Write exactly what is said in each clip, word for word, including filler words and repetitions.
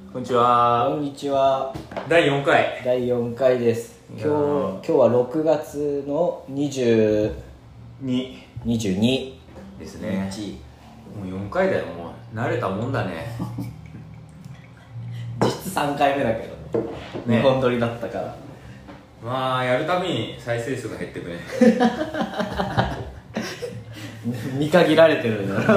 こんにちは。 こんにちは。 だいよんかい。 だいよんかいです。今日今日はろくがつのにじゅうに、にじゅうにですね。もうよんかいだよ。もう慣れたもんだね。 実質さんかいめだけどね。 ねにほん撮りだったから。 まあやるたびに再生数が減ってくね。 見限られてるんだろ。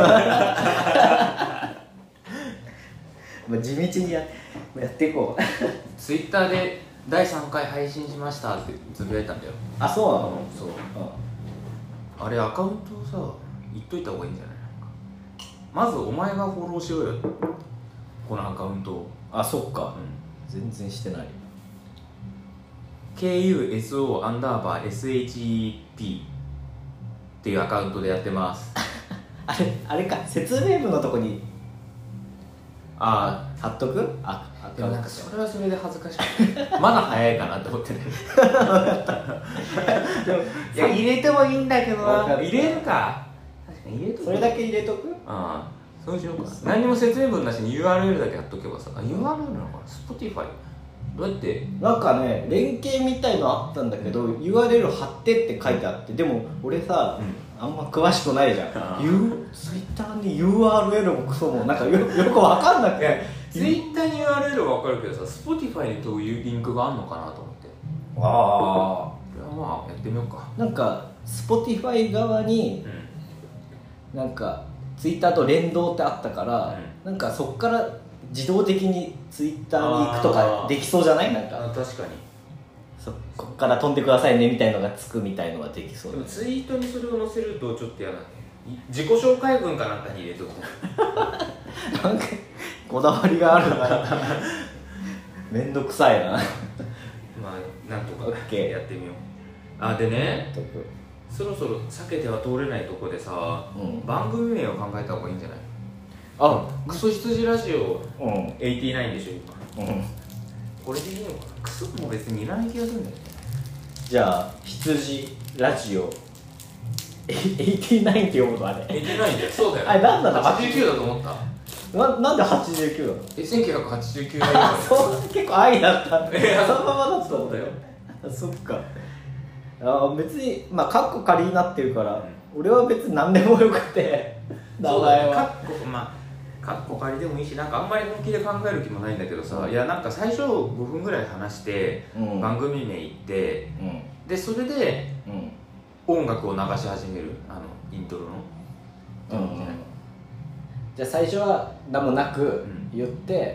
まあ地道に や, やっていこう。 ツイッターでだいさんかい配信しましたってつぶやいたんだよ。 あ、そうなの。 そう。 うあれアカウントをさ言っといた方がいいんじゃない？まずお前がフォローしろよ、このアカウントを。 ん、あ、そっか、 うん、 全然してない。 ケーユーエスオー アンダーバー エスエイチピー っていうアカウントでやってます。 あれあれか、説明文のとこにあ貼っとく。ああ、でもなんかそれはそれで恥ずかしくてまだ早いかなって思ってね。 でもいや入れてもいいんだけどな。 分かった。 入れるか。確かに入れとく。 それだけ入れとく。 ああ、そうしようか。何にも説明文なしに ユーアールエル だけやっとけばさ。あ、ユーアールエル なのかな。 Spotify どうやって。 なんかね、連携みたいのあったんだけど ユーアールエル 貼ってって書いてあって、でも俺さ、うん、あんま詳しくないじゃん。ツイッターに ユーアールエル もクソもなんか よ, よく分かんなくて。 ツイッターに ユーアールエル は分かるけどさ、 Spotify にどういうリンクがあるのかなと思って。 ああ、 これはまあやってみようか。 なんか Spotify 側に、うん、なんか Twitter と連動ってあったから、うん、なんかそっから自動的に Twitter に行くとかできそうじゃない？なんかあ、確かにそこっから飛んでくださいねみたいのがつくみたいのができそう。 でもツイートにそれを載せるとちょっと嫌だね。自己紹介文かなんかに入れとく。 なんかこだわりがあるな。めんどくさいな。 まあなんとかやってみよう。あ、でね、そろそろ避けては通れないとこでさ、うん、番組名を考えた方がいいんじゃない？あ、クソ羊ラジオはちじゅうきゅうでしょ今、うん、これでいいのかな。クソも別にいらない気がするんだよね。 じゃあ羊ラジオはちじゅうきゅうって読むのあれ。 はちじゅうきゅうだよ。そうだよ。 あれなんだろう。 はちじゅうきゅうだと思った。 な, なんではちじゅうきゅうなの？ え、せんきゅうひゃくはちじゅうきゅう年だそう結構愛だったんだ。 えー、 そのままだったんだ。 そうだよ。 あ、そっか。あ、別にまあカッコ仮になってるから、うん、俺は別に何でもよくて名前はカッコ、まあ、カッコ仮でもいいし、なんかあんまり本気で考える気もないんだけどさ、うん、いやなんか最初ごふんぐらい話して、うん、番組名言って、うん、でそれで、うん、音楽を流し始める、あのイントロの、うんうん、じゃあ最初は何もなく言って、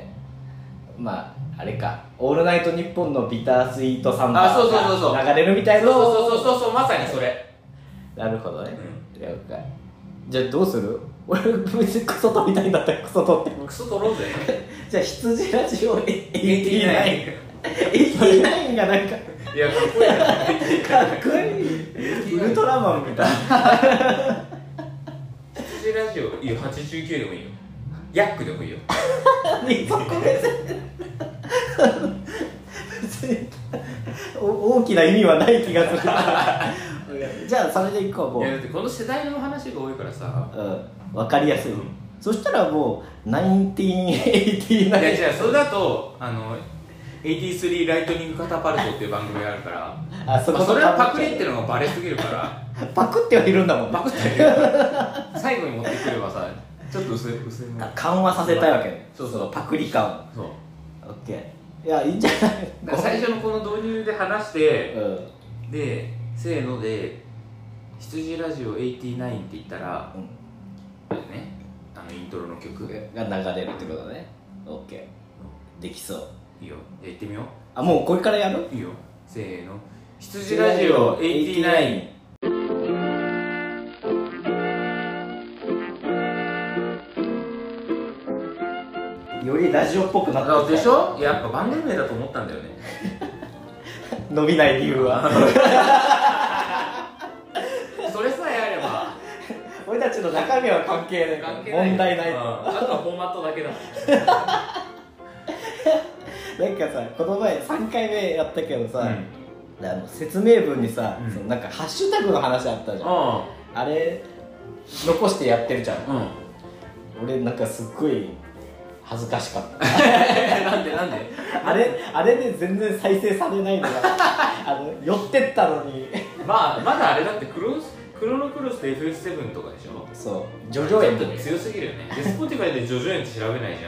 うん、まああれか、オールナイトニッポンのビタースイートサンバーが流れるみたいな。そうそうそうそうそう、まさにそれ。なるほどね、うん、了解。じゃあどうする？俺別にクソ取りたいんだったらクソ取っても。クソ取ろうぜ。じゃあ羊ラジオはちじゅうきゅう はちじゅうきゅうがなんかいや、かっこいいな。かっこいい。ウルトラマンみたいな。羊ラジオいいよ、はちじゅうきゅうでもいいよ、ヤックでもいいよ。そこ別に大きな意味はない気がする。じゃあそれでいこう。もういやだってこの世代の話が多いからさ、うん、分かりやすい、うん、そしたらもうナインティーンエイティーナイン。いやじゃあそれだとあのエイティースリーライトニングカタパルトっていう番組があるから、あそこ、まあ、それはパクリっていうのがバレすぎるからパクってはいるんだもん。パクってはいる最後に持ってくればさ、ちょっと薄い薄いも緩和させたいわけね。そうそう、パクリ感。そう、オッケー。いや、いいんじゃない。最初のこの導入で話して、うん、でせーので羊ラジオはちじゅうきゅうって言ったら、うん、あれね、あのイントロの曲が流れるってことね。オッケー、できそう。いいよ、やってみよう。あ、もうこれからやる？いいよ、せーの、羊ラジオはちじゅうきゅう。よりラジオっぽくなったでしょ。やっぱ番組名だと思ったんだよね。伸びない理由はそれさえあれば俺たちの中身は関係ない、関係ない、問題ない。あとはフォーマットだけだもん。なんかさ、この前さんかいめやったけどさ、うん、あの説明文にさ、うん、そのなんかハッシュタグの話あったじゃん、うん、あれ残してやってるじゃん、うん、俺なんかすっごい恥ずかしかった。 なんでなんであれあれで全然再生されないのがあの寄ってったのにまあまだあれだってクロスクロノクロスと エフエスセブン とかでしょ。 そうジョジョ園ちょっと強すぎるよね。で Spotify でジョジョ園って調べないじゃん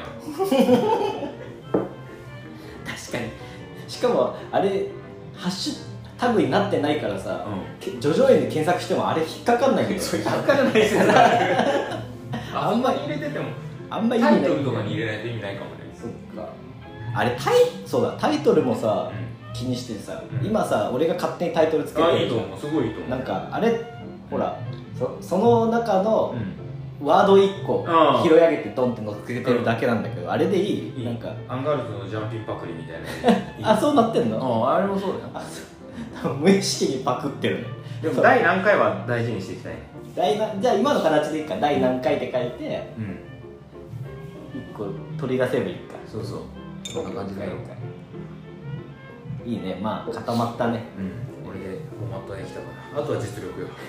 確かに。しかもあれハッシュタグになってないからさ、うん、ジョジョ園で検索してもあれ引っかかんないけど引っかからないですよあんまり入れててもあんまりタイトルとかに入れないと意味ないかもね。 そっか。あれタイそうだタイトルもさ、うん、気にしてさ、うん、今さ俺が勝手にタイトルつけてる。 あいいと思うすごいいいと思う。 なんかあれほら そ, その中の、うん、ワードいっこ拾い上げてドンって乗っけてるだけなんだけど、うん、あれでいい？いいなんかアンガールズのジャンピンパクリみたいなあそうなってんの？ ああれもそうだよ無意識にパクってるね。 でも第何回は大事にしていきたいね。 第なじゃあ今の形でいいか第何回って書いて、うん、いっこ取り出せばいいか。 そうそうそんな感じだよ。 いいね。まあ固まったね。 うん、俺でフォーマットできたからあとは実力よ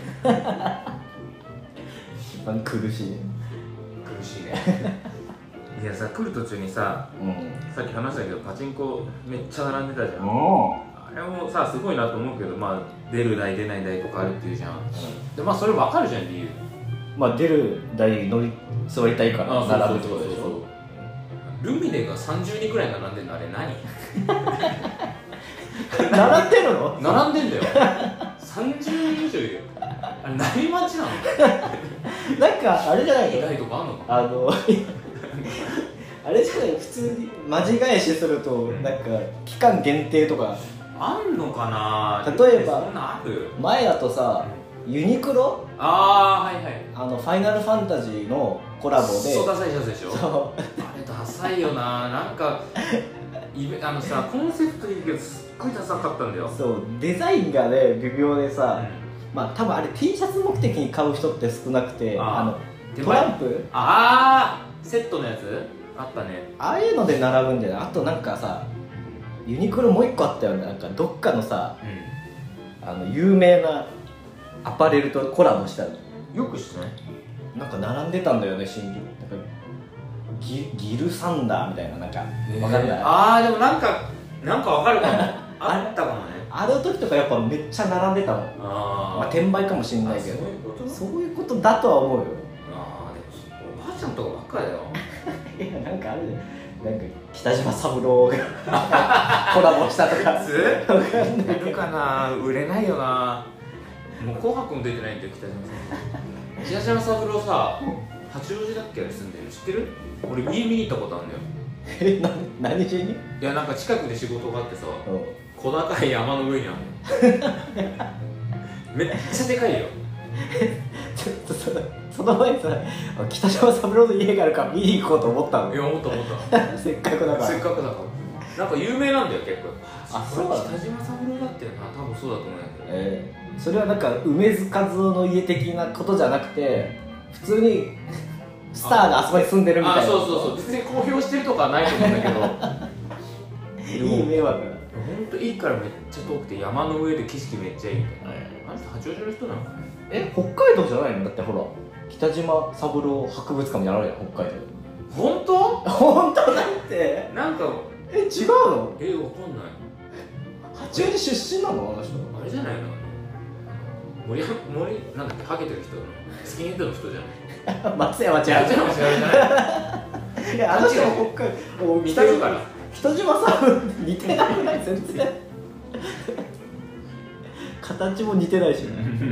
一番苦しいね。 苦しいねいやさ来る途中にさ、うん、さっき話したけどパチンコめっちゃ並んでたじゃん。あれもさすごいなと思うけど、まあ出る台出ない台とかあるっていうじゃん、うん、でまあそれ分かるじゃん理由。 まあ出る台乗り座りたいから並ぶってことでしょ。 ルミネがさんじゅうにんくらい並んでるのあれ何並んでるの？ 並んでんだよさんじゅうにん以上いるよ。あれ何待ちなのなんかあれじゃないの？ 台とかあんのかあのあれじゃない普通にマジ返しするとなんか期間限定とかあんのかな。 例えばそんなある？ 前だとさ、うん、ユニクロあーはいはいあのファイナルファンタジーのコラボでそうダサいやつでしょ。そうあれダサいよな。なんかあのさコンセプトいいけどすっごいダサかったんだよ。 そうデザインがね微妙でさ、うん、まあ多分あれ T シャツ目的に買う人って少なくてあのトランプああセットのやつあったね。 ああいうので並ぶんだよね。あとなんかさユニクロもう一個あったよね。なんかどっかのさ、うん、あの有名なアパレルとコラボしたのよく知ってない？ なんか並んでたんだよね新規。なんか ギ, ギルサンダーみたいななんかわかんない。 ああでもなんかなんかわかるかもあったかもね。 あの時とかやっぱめっちゃ並んでたもん。あ、まあ、転売かもしれないけどそういうこと？そういうことだとは思うよ。 ああでもおばあちゃんとかばっかりだよいやなんかあるじゃん。なんか北島三郎がコラボしたとかいるかな。売れないよな。もう紅白も出てないんだよ北島さん。北島三郎さ八王子だっけ住んでる知ってる？俺家見に行ったことあるんだよ。 えな何しに？いやなんか近くで仕事があってさ小高い山の上にあるのめっちゃでかいよちょっとそのその前にさ北島三郎の家があるから見に行こうと思ったの。 いや思った思ったせっかくだからせっかくだからなんか有名なんだよ結構。あそうだ北島三郎だってな多分そうだと思うんだけど、 えー、それはなんか梅津和夫の家的なことじゃなくて普通にスターがあそこに住んでるみたいな。 あそうそうそう別に公表してるとかはないと思うんだけどいい迷惑だ。 ほんといいからめっちゃ遠くて山の上で景色めっちゃいいみたいな、はい、あの人八王子の人なのかね。 え北海道じゃないの？だってほら北島三郎博物館もやられる北海道。 本当？ 本当だってなんかえ違うの？ えわかんない。 八王子出身なのあの人？ あれじゃないの？森森なんだっけハゲてる人のスキンヘッドの人じゃない松山ちゃん。 松山ちゃんじゃないいやあの人も北海道似てるから北島さん似てなくない全然形も似てないし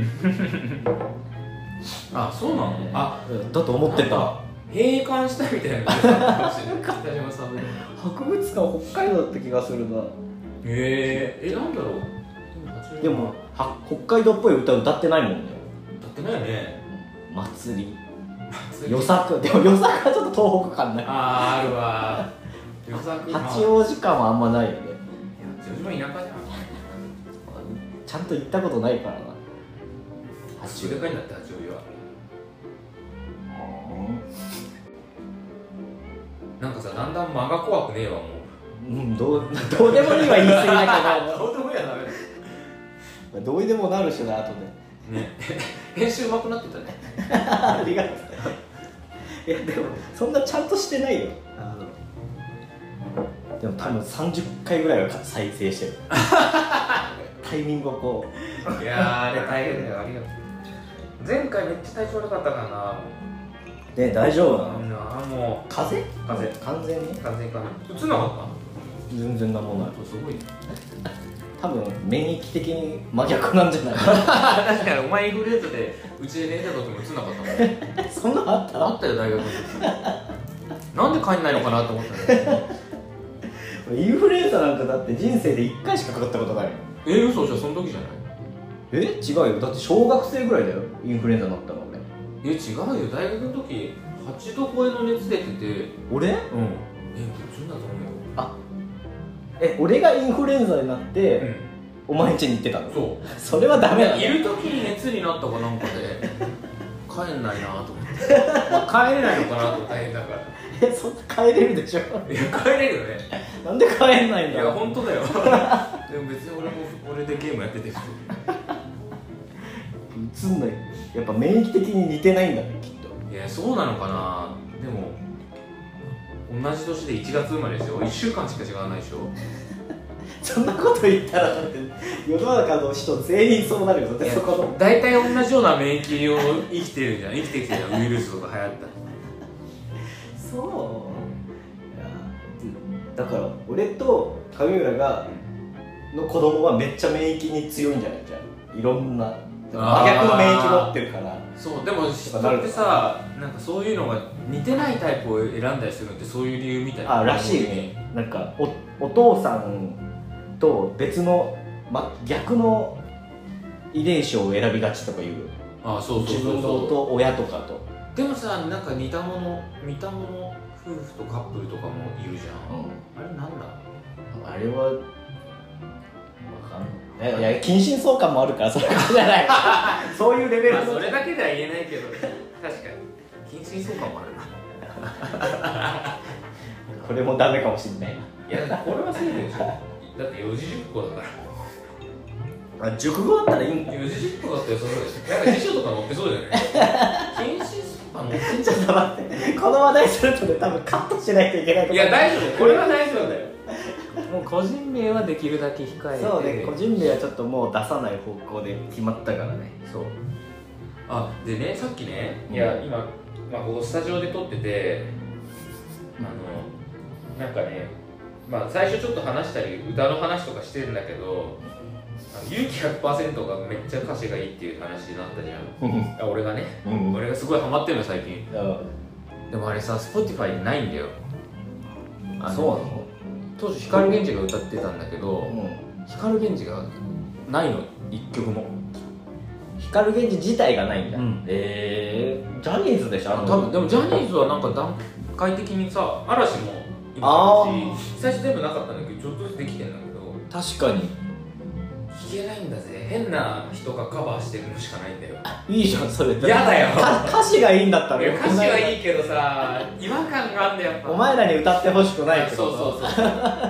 あそうなの？あだと思ってた。 閉館したみたいな北島さん博物館北海道だった気がするな。 へえー、えなんだろう。 でもは北海道っぽい歌歌ってないもんね。 歌ってないよね。 祭りよさくでもよさくはちょっと東北感ない。 あーあるわよさく八王子感はあんまないよね。 八王子も田舎じゃん。 ちゃんと行ったことないからな。 八王子でかいんだって八王子は。なんかさだんだん間が怖くねえわもう。うんどうどうでもいいは言い過ぎだけどどうでもいいはダメだ。 どうにでもなるしな後でね編集うまくなってたねありがとう。いやでもそんなちゃんとしてないよ。あのでも多分さんじゅっかいぐらいは再生してるタイミングをこういやーあれ大変だよ。ありがとう。前回めっちゃ体調悪かったからな。 で大丈夫なの？ あもう風邪？ 風邪完全に？ 風邪かな。うつんなかった？ 全然なんもない。 すごいね。 多分免疫的に真逆なんじゃない確かにお前インフルエンザでうちで寝てた時もうつんなかったもんそんなあった？ あったよ大学の時なんで帰んないのかなと思ったねインフルエンザなんかだって人生でいっかいしかかかったことないの。 え嘘じゃその時じゃない？ え違うよ。だって小学生ぐらいだよインフルエンザになったの俺。え違うよ大学の時はちど超えの熱出てて。 俺？うん。 え普通だと思うよ。 あえ俺がインフルエンザになって、 うんお前ん家に行ってたの？ そうそれはダメだね。 いる時に熱になったかなんかで帰んないなと思ってまあ帰れないのかなと大変だからえそんな帰れるでしょ？ いや帰れるよね。 なんで帰んないんだいや本当だよでも別に俺も俺でゲームやってて普通映んない。やっぱ免疫的に似てないんだねきっと。 いやそうなのかな。でも同じ年でいちがつ生まれですよ。いっしゅうかんしか違わないでしょそんなこと言ったらだって世の中の人全員そうなるよ。だってそこの大体同じような免疫を生きてるじゃん。生きてきてるじゃん。ウイルスとか流行ったそういやだから俺と上村がの子供はめっちゃ免疫に強いんじゃないじゃん。いろんな真逆の免疫持ってるから。 そうでも人ってさなんかそういうのが似てないタイプを選んだりするのってそういう理由みたいな。 あらしいね。なんか お, お父さんと別の、ま、逆の遺伝子を選びがちとかいう。 ああそうそうそうそう。 自分と親とかと。 でもさなんか似たもの似たもの夫婦とカップルとかもいるじゃん、うん、あれなんだあれはわかんない。いや近親相関もあるからそれじゃないそういうレベルの、 まあ、それだけでは言えないけど確かに近親相関もあるなこれもダメかもしれない。 いやこれはそうでしょ。だって四字熟語だから。 あ熟語だったらいいんだ。 四字熟語だったらそうでしょ。なんか辞書とか載ってそうだよね近親相関載ってんじゃん。 ちょっと待ってこの話題するとね多分カットしないといけないこと。 いや大丈夫これは大丈夫だよもう個人名はできるだけ控えて。 そうね個人名はちょっともう出さない方向で決まったからね。 そうあでねさっきねいや今、まあ、ここスタジオで撮っててあのなんかねまあ最初ちょっと話したり歌の話とかしてるんだけど勇気 ひゃくパーセント がめっちゃ歌詞がいいっていう話になったじゃん俺がね、うん、俺がすごいハマってるの最近、うん、でもあれさ Spotify でないんだよ。 あそうなの？ 当初光源氏が歌ってたんだけど、うん、光源氏がないの一曲も。 光源氏自体がないんだ、うん、えー、ジャニーズでしょ多分。でもジャニーズはなんか段階的にさ嵐も今あるし最初全部なかったんだけどちょっとずつできてんだけど確かに聞けないんだぜ。変な人がカバーしてるのしかないんだよ。 いいじゃんそれ。 やだよ歌詞がいいんだったら。 いや歌詞はいいけどさ違和感があんだよやっぱ。 お前らに歌ってほしくないってこと。 そうそうそう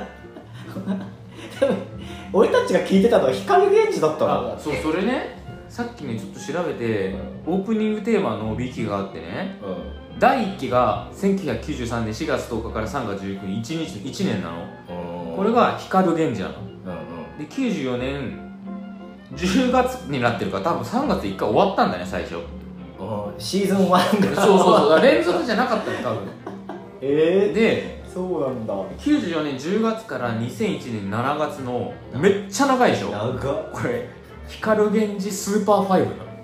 でも俺たちが聞いてたのは光源氏だったの。 そうそれねさっきねちょっと調べて、うん、オープニングテーマのビキがあってね、うん、だいいっきがせんきゅうひゃくきゅうじゅうさんねんしがつとおかからさんがつじゅうくにちいちにちいちねんなの。これが光源氏なの、うんうん、できゅうじゅうよねんじゅうがつになってるから多分さんがついっかい終わったんだね最初。 シーズンワンがそうそうそう連続じゃなかったの多分えー、 でそうなんだ。 きゅうじゅうよねんじゅうがつからにせんいちねんしちがつのめっちゃ長いでしょ。 長っ。 これ光源氏スーパーファイブなの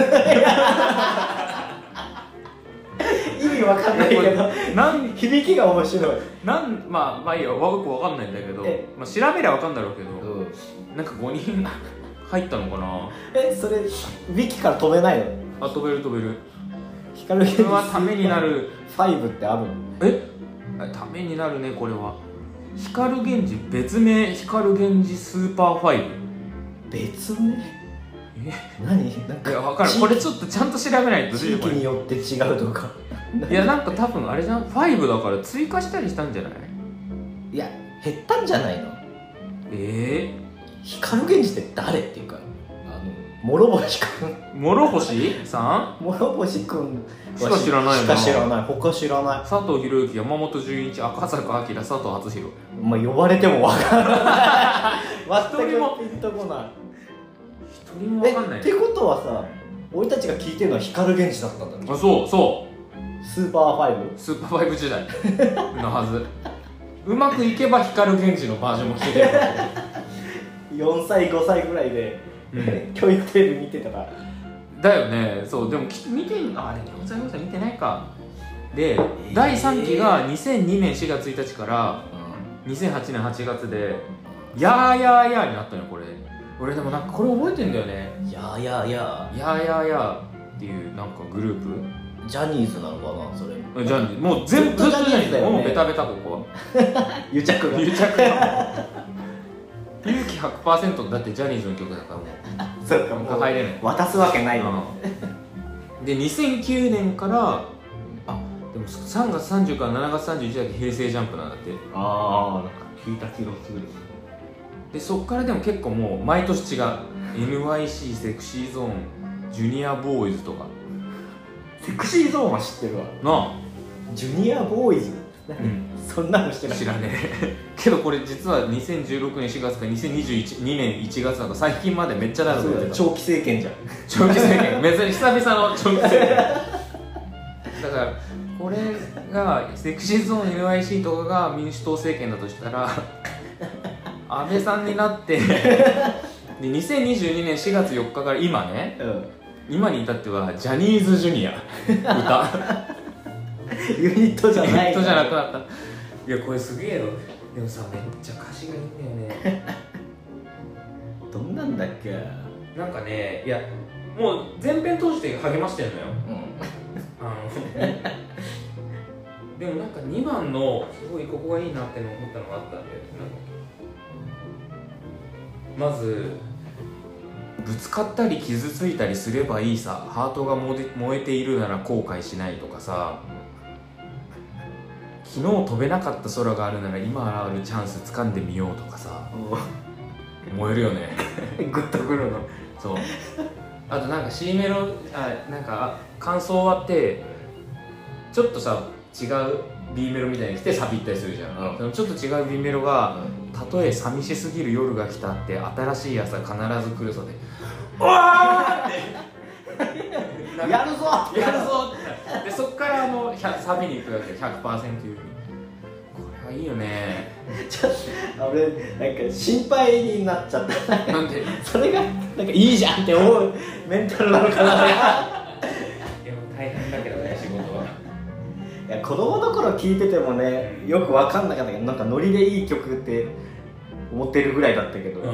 意味わかんないけどなん響きが面白い。 なんまあまあいいよよくわかんないんだけど、まあ、調べりゃわかんだろうけど、うん、なんかごにん入ったのかな。 えそれウィキから飛べないの？ あ飛べる飛べる。 光源氏これはためになるファイブってあるの？ えためになるねこれは。光源氏別名光源氏スーパーファイブ。 別名？え何？なんかいや分かる。これちょっとちゃんと調べないと。 地域によって違うとかいやなんか多分あれじゃんファイブだから追加したりしたんじゃない？ いや減ったんじゃないの？ ええー、 光源氏って誰っていうかあの諸星くん諸星さん諸星くんしか知らないよな。 しか知らない。他知らない。 佐藤弘之、山本純一、赤坂明、佐藤敦弘。 まあ呼ばれてもわからない全くピンとこない。 一人もわかんない。 ってことはさ、俺たちが聞いてるのは光源氏だったんだね。 あ、そうそうスーパーファイブスーパーファイブ時代のはず。うまくいけば光源氏のバージョンも聞いてるよんさいごさいぐらいで、うん、教育テレビ見てたからだよね。そうでも見てんのあれよんさいごさい見てないかで、えー、だいさんきがにせんにねんしがつついたちから、うん、にせんはちねんはちがつでやーやーやーになったのよこれ。俺でもなんかこれ覚えてんだよね。 やーやーやーやーやーやーっていうなんかグループジャニーズなのかなそれ。 ジャニーズもう全部ずっとジャニーズだよね。もうベタベタここは癒着が癒着が勇気 ひゃくパーセント だってジャニーズの曲だからもうそうかもう入れない渡すわけないよ、 うん、でにせんきゅうねんからあでもさんがつさんじゅうからしちがつさんじゅういちだけ平成ジャンプなんだって。 ああなんか聞いた気がする。 でそっからでも結構もう毎年違う エヌワイシー セクシーゾーンジュニアボーイズとか。 セクシーゾーンは知ってるわなあ。 ジュニアボーイズ、うん、そんなのしてない。 知らねえけどこれ実はにせんじゅうろくねんしがつかにせんにじゅうにねんいちがつなんか最近までめっちゃ長くて長期政権じゃん。 長期政権珍しい久々の長期政権だからこれがセクシーゾーン エヌワイシー とかが民主党政権だとしたら安倍さんになってでにせんにじゅうにねんしがつよっかから今ね、うん今に至ってはジャニーズジュニア歌ユニットじゃないユニットじゃなくなった。いやこれすげえよ。でもさめっちゃ歌詞がいいんだよねどんなんだっけ。 なんかねいやもう全編通して励ましてんのよ、うん、あのでもなんかにばんのすごいここがいいなって思ったのがあったんでなんかまずぶつかったり傷ついたりすればいいさ、ハートが燃えているなら後悔しないとかさ、昨日飛べなかった空があるなら今あるチャンス掴んでみようとかさ燃えるよねグッとくるの。 そうあとなんか C メロあなんか感想終わってちょっとさ違う B メロみたいに来てサビったりするじゃん、うん、そのちょっと違う B メロが、うん、たとえ寂しすぎる夜が来たって新しい朝必ず来るぞでおーってやるぞやるぞってでそっからあのサビに行くわけ ひゃくパーセント いうふうにこれはいいよね。 ちょっと俺なんか心配になっちゃったなんでそれがなんかいいじゃんって思うメンタルなのかな。いや大変だけどね仕事は。 いや子供の頃聞いててもねよく分かんなかったけどなんかノリでいい曲って思ってるぐらいだったけど、うん、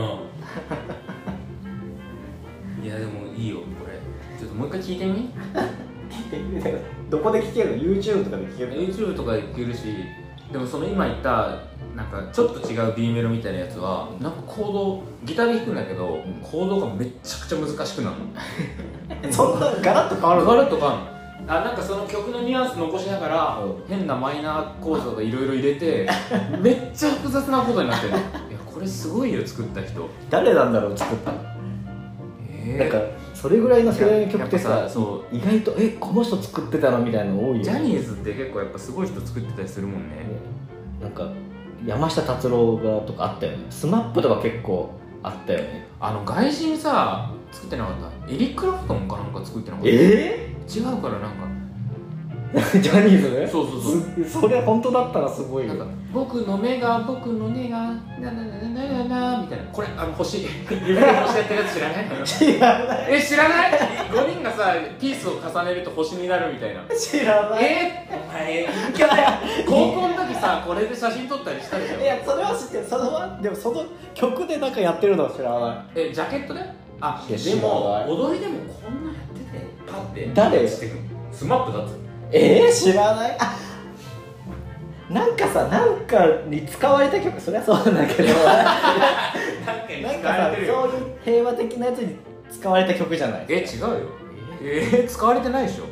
いやでもいいよこれちょっともう一回聞いてみ聞いてみどこで聴けるの YouTube とかで聴けるの YouTube とかで聴けるしでもその今言ったなんかちょっと違う B メロみたいなやつはなんかコードギターで弾くんだけど、うん、コードがめちゃくちゃ難しくなるのそんなガラッと変わるのガラッと変わるのあなんかその曲のニュアンス残しながら、うん、変なマイナーコードとかいろいろ入れてめっちゃ複雑なことになってるいやこれすごいよ作った人誰なんだろう作ったのえー、なんかそれぐらいの世代の曲ってさそう意外とえこの人作ってたのみたいなの多いよね。 ジャニーズって結構やっぱすごい人作ってたりするもんね。 なんか山下達郎がとかあったよね。スマップとか結構あったよね。 あの外人さ作ってなかったエリック・クラプトンかなんか作ってなかったえー、違うからなんかジャニーズね。 そうそうそうそれ本当だったらすごいよ。 なんか僕の目が僕の根がなななななななみたいなこれあの星指で星やってるやつ知らない知らないえ知らないごにんがさピースを重ねると星になるみたいな知らないえお前陰キャだよ高校の時さこれで写真撮ったりしたでしょ。 いやそれは知ってるそのはでもその曲でなんかやってるのは知らないえジャケットであでも踊りでもこんなやっててパッて誰してくるスマップだっつえー、知らないあなんかさなんかに使われた曲そりゃそうなんだけどなんかさそういう平和的なやつに使われた曲じゃないえ違うよえー、使われてないでしょ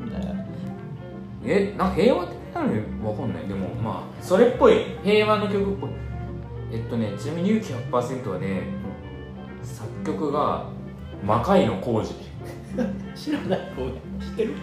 えなんか平和的なのわかんないでもまあそれっぽい平和の曲っぽいえっとねちなみに勇気 ひゃくパーセント はね作曲が魔界の工事。 知らない。ごめん、知ってる？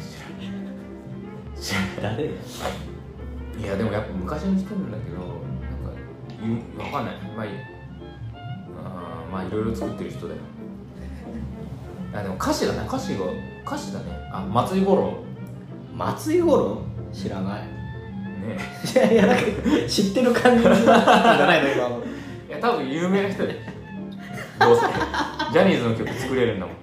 知らない。誰？いやでもやっぱ昔の人なんだけど、なんかわかんない。まあいい。あまあいろいろ作ってる人だよ。あでも歌詞だね。歌詞が歌詞だね。あ松井五郎。 松井五郎？知らない。 ねえ。いやなんか知ってる感じじゃないの今の。 いや多分有名な人で。どうせジャニーズの曲作れるんだもん。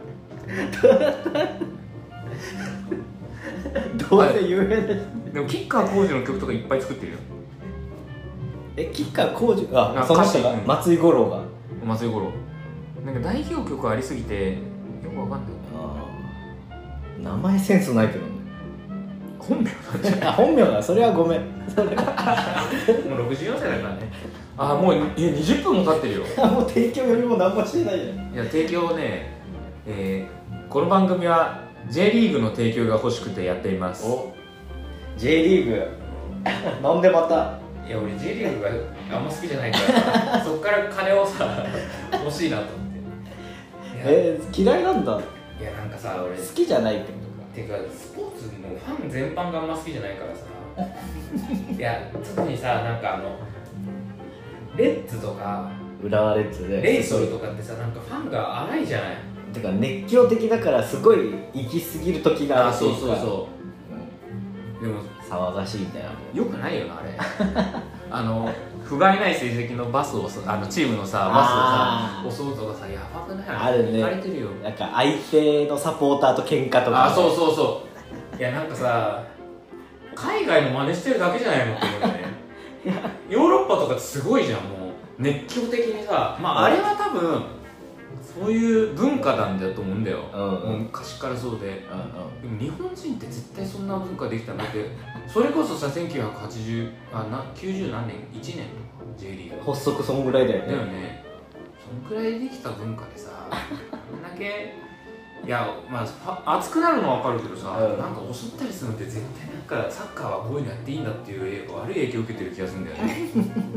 どうせ有名な人。 でも吉川晃司の曲とかいっぱい作ってるよ。 え吉川晃司あその人が、うん、松井五郎が松井五郎なんか代表曲ありすぎてよくわかんない。 あ名前センスないけどね。 本名なんじゃない？ あ本名だ。それはごめん。それもうろくじゅうよんさいだからね。あもうえにじゅっぷんも経ってるよ。 もう提供よりも何もしてないじゃん。 いや提供ね、えー、この番組は J リーグの提供が欲しくてやっています。 お J リーグなんでまた。 いや俺 J リーグがあんま好きじゃないからそっから金をさ欲しいなと思って。 えー、嫌いなんだ。 いやなんかさ俺好きじゃないってことか。 てかスポーツのファン全般があんま好きじゃないからさいや特にさなんかあのレッズとか浦和レッズでレイソルとかってさなんかファンが荒いじゃない。 てか熱狂的だからすごい行き過ぎる時がある。 あそうそうそう、うん、でも騒がしいみたいな。 よくないよなあれあの不甲斐ない成績のバスをあのチームのさバスをさ襲うとかさやばくない？ あるね。 行かれてるよ。 なんか相手のサポーターと喧嘩とか。 あそうそうそう。いやなんかさ海外の真似してるだけじゃないのって思うよねヨーロッパとかすごいじゃん。もう熱狂的にさ、まああれは多分そういう文化なんだと思うんだよ、うんうん、昔からそうで、うんうん、でも日本人って絶対そんな文化できたのってそれこそさせんきゅうひゃくはちじゅうあなきゅうじゅう何年いちねんとか J リーグ発足そんぐらいだよね。 だよね。そんくらいできた文化でさこんだけいやまあ熱くなるのは分かるけどさ、うん、なんか襲ったりするのって絶対なんかサッカーはこういうのやっていいんだっていう悪い影響を受けてる気がするんだよね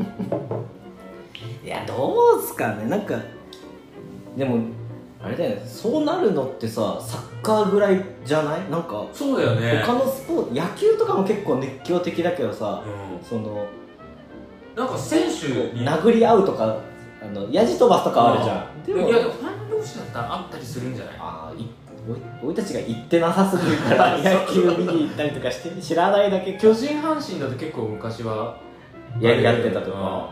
いやどうすかね。なんかでもあれだよね。そうなるのってさサッカーぐらいじゃない？なんかそうだよね。 他のスポーツ野球とかも結構熱狂的だけどさ、うん、そのなんか選手に殴り合うとかあのヤジ飛ばすとかあるじゃん。 でもいやでもファン同士だったらあったりするんじゃない？ ああ俺たちが行ってなさすぎるから野球見に行ったりとかして知らないだけ。 巨人阪神だと結構昔はやりやってたとか、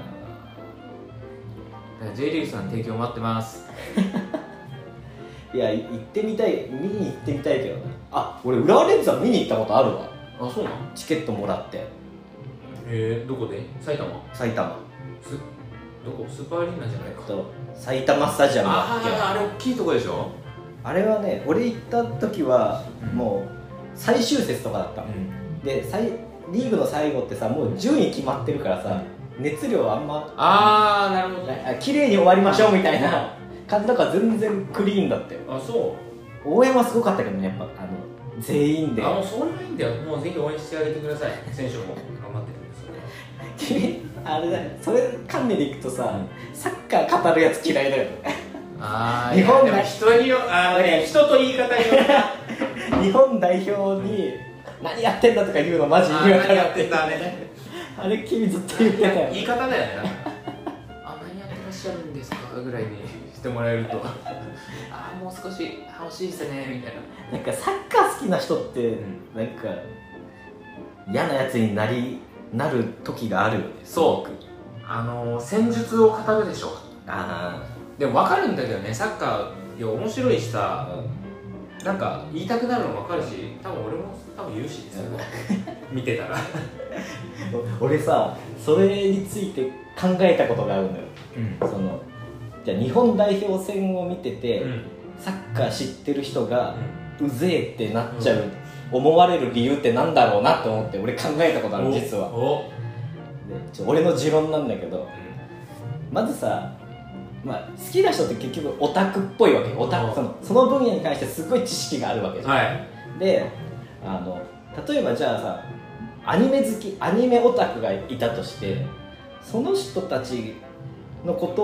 うん、J リーグさん提供待ってますいや行ってみたい。見に行ってみたいけどね。あ俺浦和レッズは見に行ったことあるわ。 あそうなの？ チケットもらって。 えー、どこで？埼玉？ 埼玉すどこ？スーパーアリーナじゃないか。 と埼玉スタジアムだっけ。 あああれ大きいとこでしょ。 あれはね俺行った時はもう最終節とかだった、うん、でリーグの最後ってさもう順位決まってるからさ、うん、熱量あんまああなるほど綺麗に終わりましょうみたいな感じだから全然クリーンだったよ。 あそう応援はすごかったけどね。やっぱあの全員で。 あもうそれはいいんだよ。もうぜひ応援してあげてください選手も頑張ってるんで。 君あれだよそれ関連でいくとさ、うん、サッカー語るやつ嫌いだよねあ日本代人によあの、ね、人と言い方によって日本代表に何やってんだとか言うのマジ意味わからなくてあ, ね、 あれ君ずっと言ってたよ。 言い方だよねあ何やってらっしゃるんですかぐらいにしてもらえるとあもう少し欲しいですねみたいな。 なんかサッカー好きな人って、うん、なんか嫌なやつになりなる時があるよね。 そうあの戦術を語るでしょ。 ああでも分かるんだけどねサッカーいや面白いしさ、うん、なんか言いたくなるの分かるし多分俺も多分言うしですよ見てたら俺さそれについて考えたことがあるのよ、うん、そのじゃあ日本代表戦を見てて、うん、サッカー知ってる人が、うん、うぜえってなっちゃう、うん、思われる理由ってなんだろうなと思って俺考えたことある実は。でちょ俺の持論なんだけど、うん、まずさまあ、好きな人って結局オタクっぽいわけよ。オタクその、その分野に関してすごい知識があるわけじゃん、はい、であの例えばじゃあさアニメ好きアニメオタクがいたとしてその人たちのこと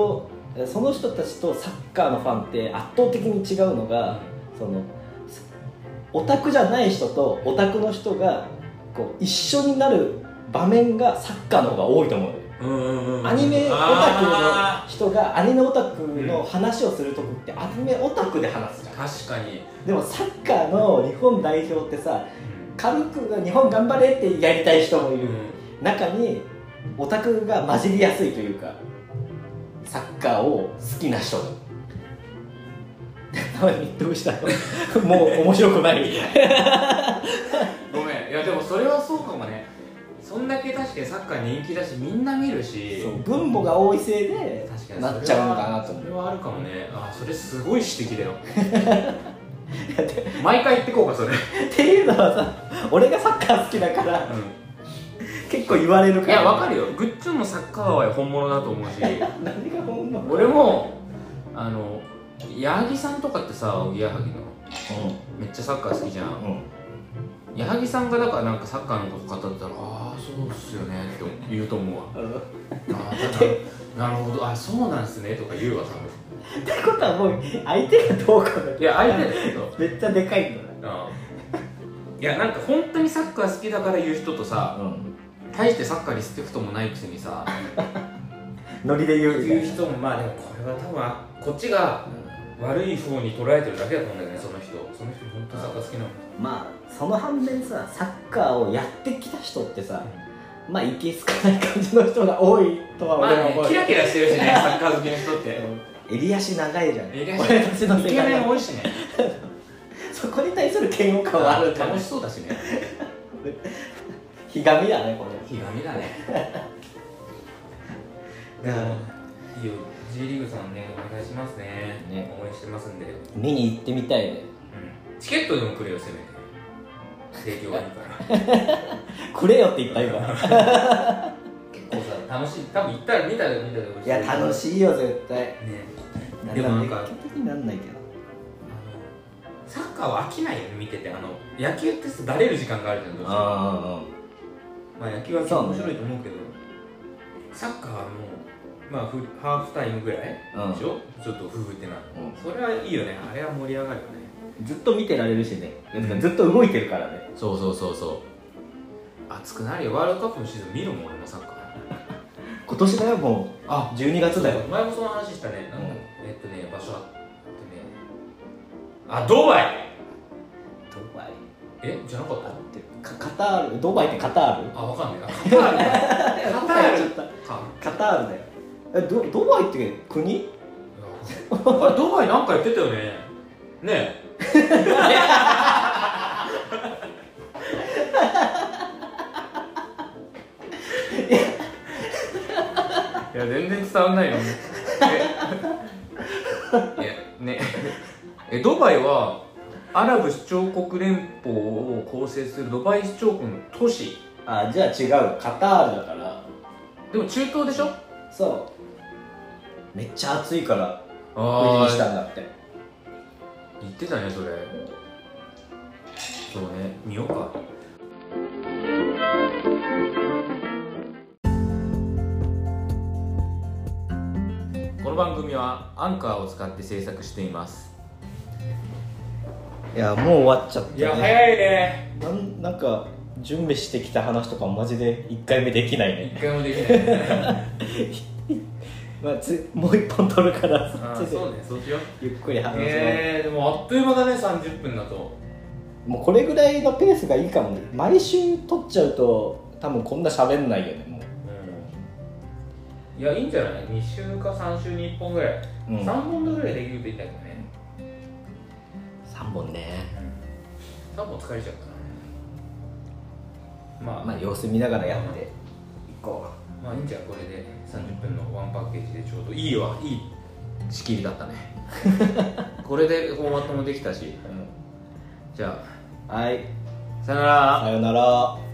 その人たちとサッカーのファンって圧倒的に違うのが、そのオタクじゃない人とオタクの人がこう一緒になる場面がサッカーの方が多いと思う。アニメオタクの人がアニメオタクの話をするときってアニメオタクで話すじゃん。 確かに。 でもサッカーの日本代表ってさ、軽く日本頑張れってやりたい人もいる中にオタクが混じりやすいというか、サッカーを好きな人がどうしたのもう面白くないごめん。いやでもそれはそうかもね。そんだけ確かにサッカー人気だしみんな見るし、 そう分母が多いせいでなっちゃうのかなと思う。 それはあるかもね。あ、それすごい指摘だよ毎回言ってこうかそれっていうのはさ、俺がサッカー好きだから、うん、結構言われるから。 いやわかるよ。グッチョンのサッカーは本物だと思うし何が本物？ 俺もあの矢作さんとかってさ、おぎやはぎの、うん、めっちゃサッカー好きじゃん、うん、矢作さんがだからなんかサッカーのこと語ってたら、ああそうっすよねって言うと思うわああなるほど、あそうなんすねとか言うわ多分。 ってことはもう相手がどうかだ。 いや相手だけどめっちゃでかいんだな。 いやなんか本当にサッカー好きだから言う人とさ、うん、大してサッカーリスペクトもないくせにさノリで言う言う人も、まあでもこれは多分こっちが悪い方に捉えてるだけだと思うんだよね、その人。その人本当にサッカー好きなの。 まあその反面さ、サッカーをやってきた人ってさ、まあいけすかない感じの人が多いとは俺は思う。 まあね、キラキラしてるしねサッカー好きの人って襟足長いじゃん。 襟足俺たちのイケメン多いしねそこに対する嫌悪感はある。 楽しそうだしねひがみだね、これ。 ひがみだねでもいいよ、J リーグさんね、お願いします ね, ね応援してますんで。 見に行ってみたいね、 うん、チケットでもくれよ、せめて提供がいいからくれよって言った今結構さ、楽しい。多分行ったら見たら見たらいや、楽しいよ、絶対ね。 でもなんか結局なんないけど、 サッカーは飽きないよね、見てて。あの野球ってさ、だれる時間があるじゃん、どうしても。あまあ野球は面白いと思うけど、サッカーはもう、まあ、ハーフタイムぐらいでしょ、うん、ちょっとフフってなる、うん、それはいいよね。あれは盛り上がるよね。 ずっと見てられるしね、うん、ずっと動いてるからね。 そうそうそうそう、熱くなるよ。ワールドカップのシーズン見るもん、俺もサッカー今年だよ、もう。あ、じゅうにがつだよ。 前もその話したね。なんか、うん、えっとね、場所あってね、あ、ドバイドバイえ、じゃなかったかカタール、ドバイってカタール。 あ、わかんないな。カタールカタールカタールだよ。え、ドドバイって国？ あれ、ドバイなんか言ってたよね。ねえいや、全然伝わんないよね。え、いや、ねえ、ドバイはアラブ首長国連邦を構成するドバイ首長国の都市。 あ、じゃあ違う、カタールだから。 でも中東でしょ。 そう、めっちゃ暑いから国にしたんだって言ってたね、それ。そうね、見ようか。この番組はアンカーを使って制作しています。 いや、もう終わっちゃったね。 いや、早いね。 なん、なんか準備してきた話とかマジでいっかいめできないね。 いっかいもできないねまあ、つもういっぽん撮るからそっちで。そうね、そうしよう。 ゆっくり話しよう。 えー、でもあっという間だね、さんじゅっぷんだと。 もうこれぐらいのペースがいいかもね。毎週撮っちゃうと多分こんな喋んないよね、もう。 うん、いや、いいんじゃない？に週かさん週にいっぽんぐらい、うん、さんぼんぐらいできるといいんだけどね。 さんぼんね、 うん、さんぼん疲れちゃうからね。まあ、 まあ様子見ながらやっていこう。まあいいんじゃん、これでさんじゅっぷんのワンパッケージでちょうどいいわ。いい仕切りだったねこれでフォーマットもできたし、うん、じゃあ、 はい、 さよなら。 さよなら。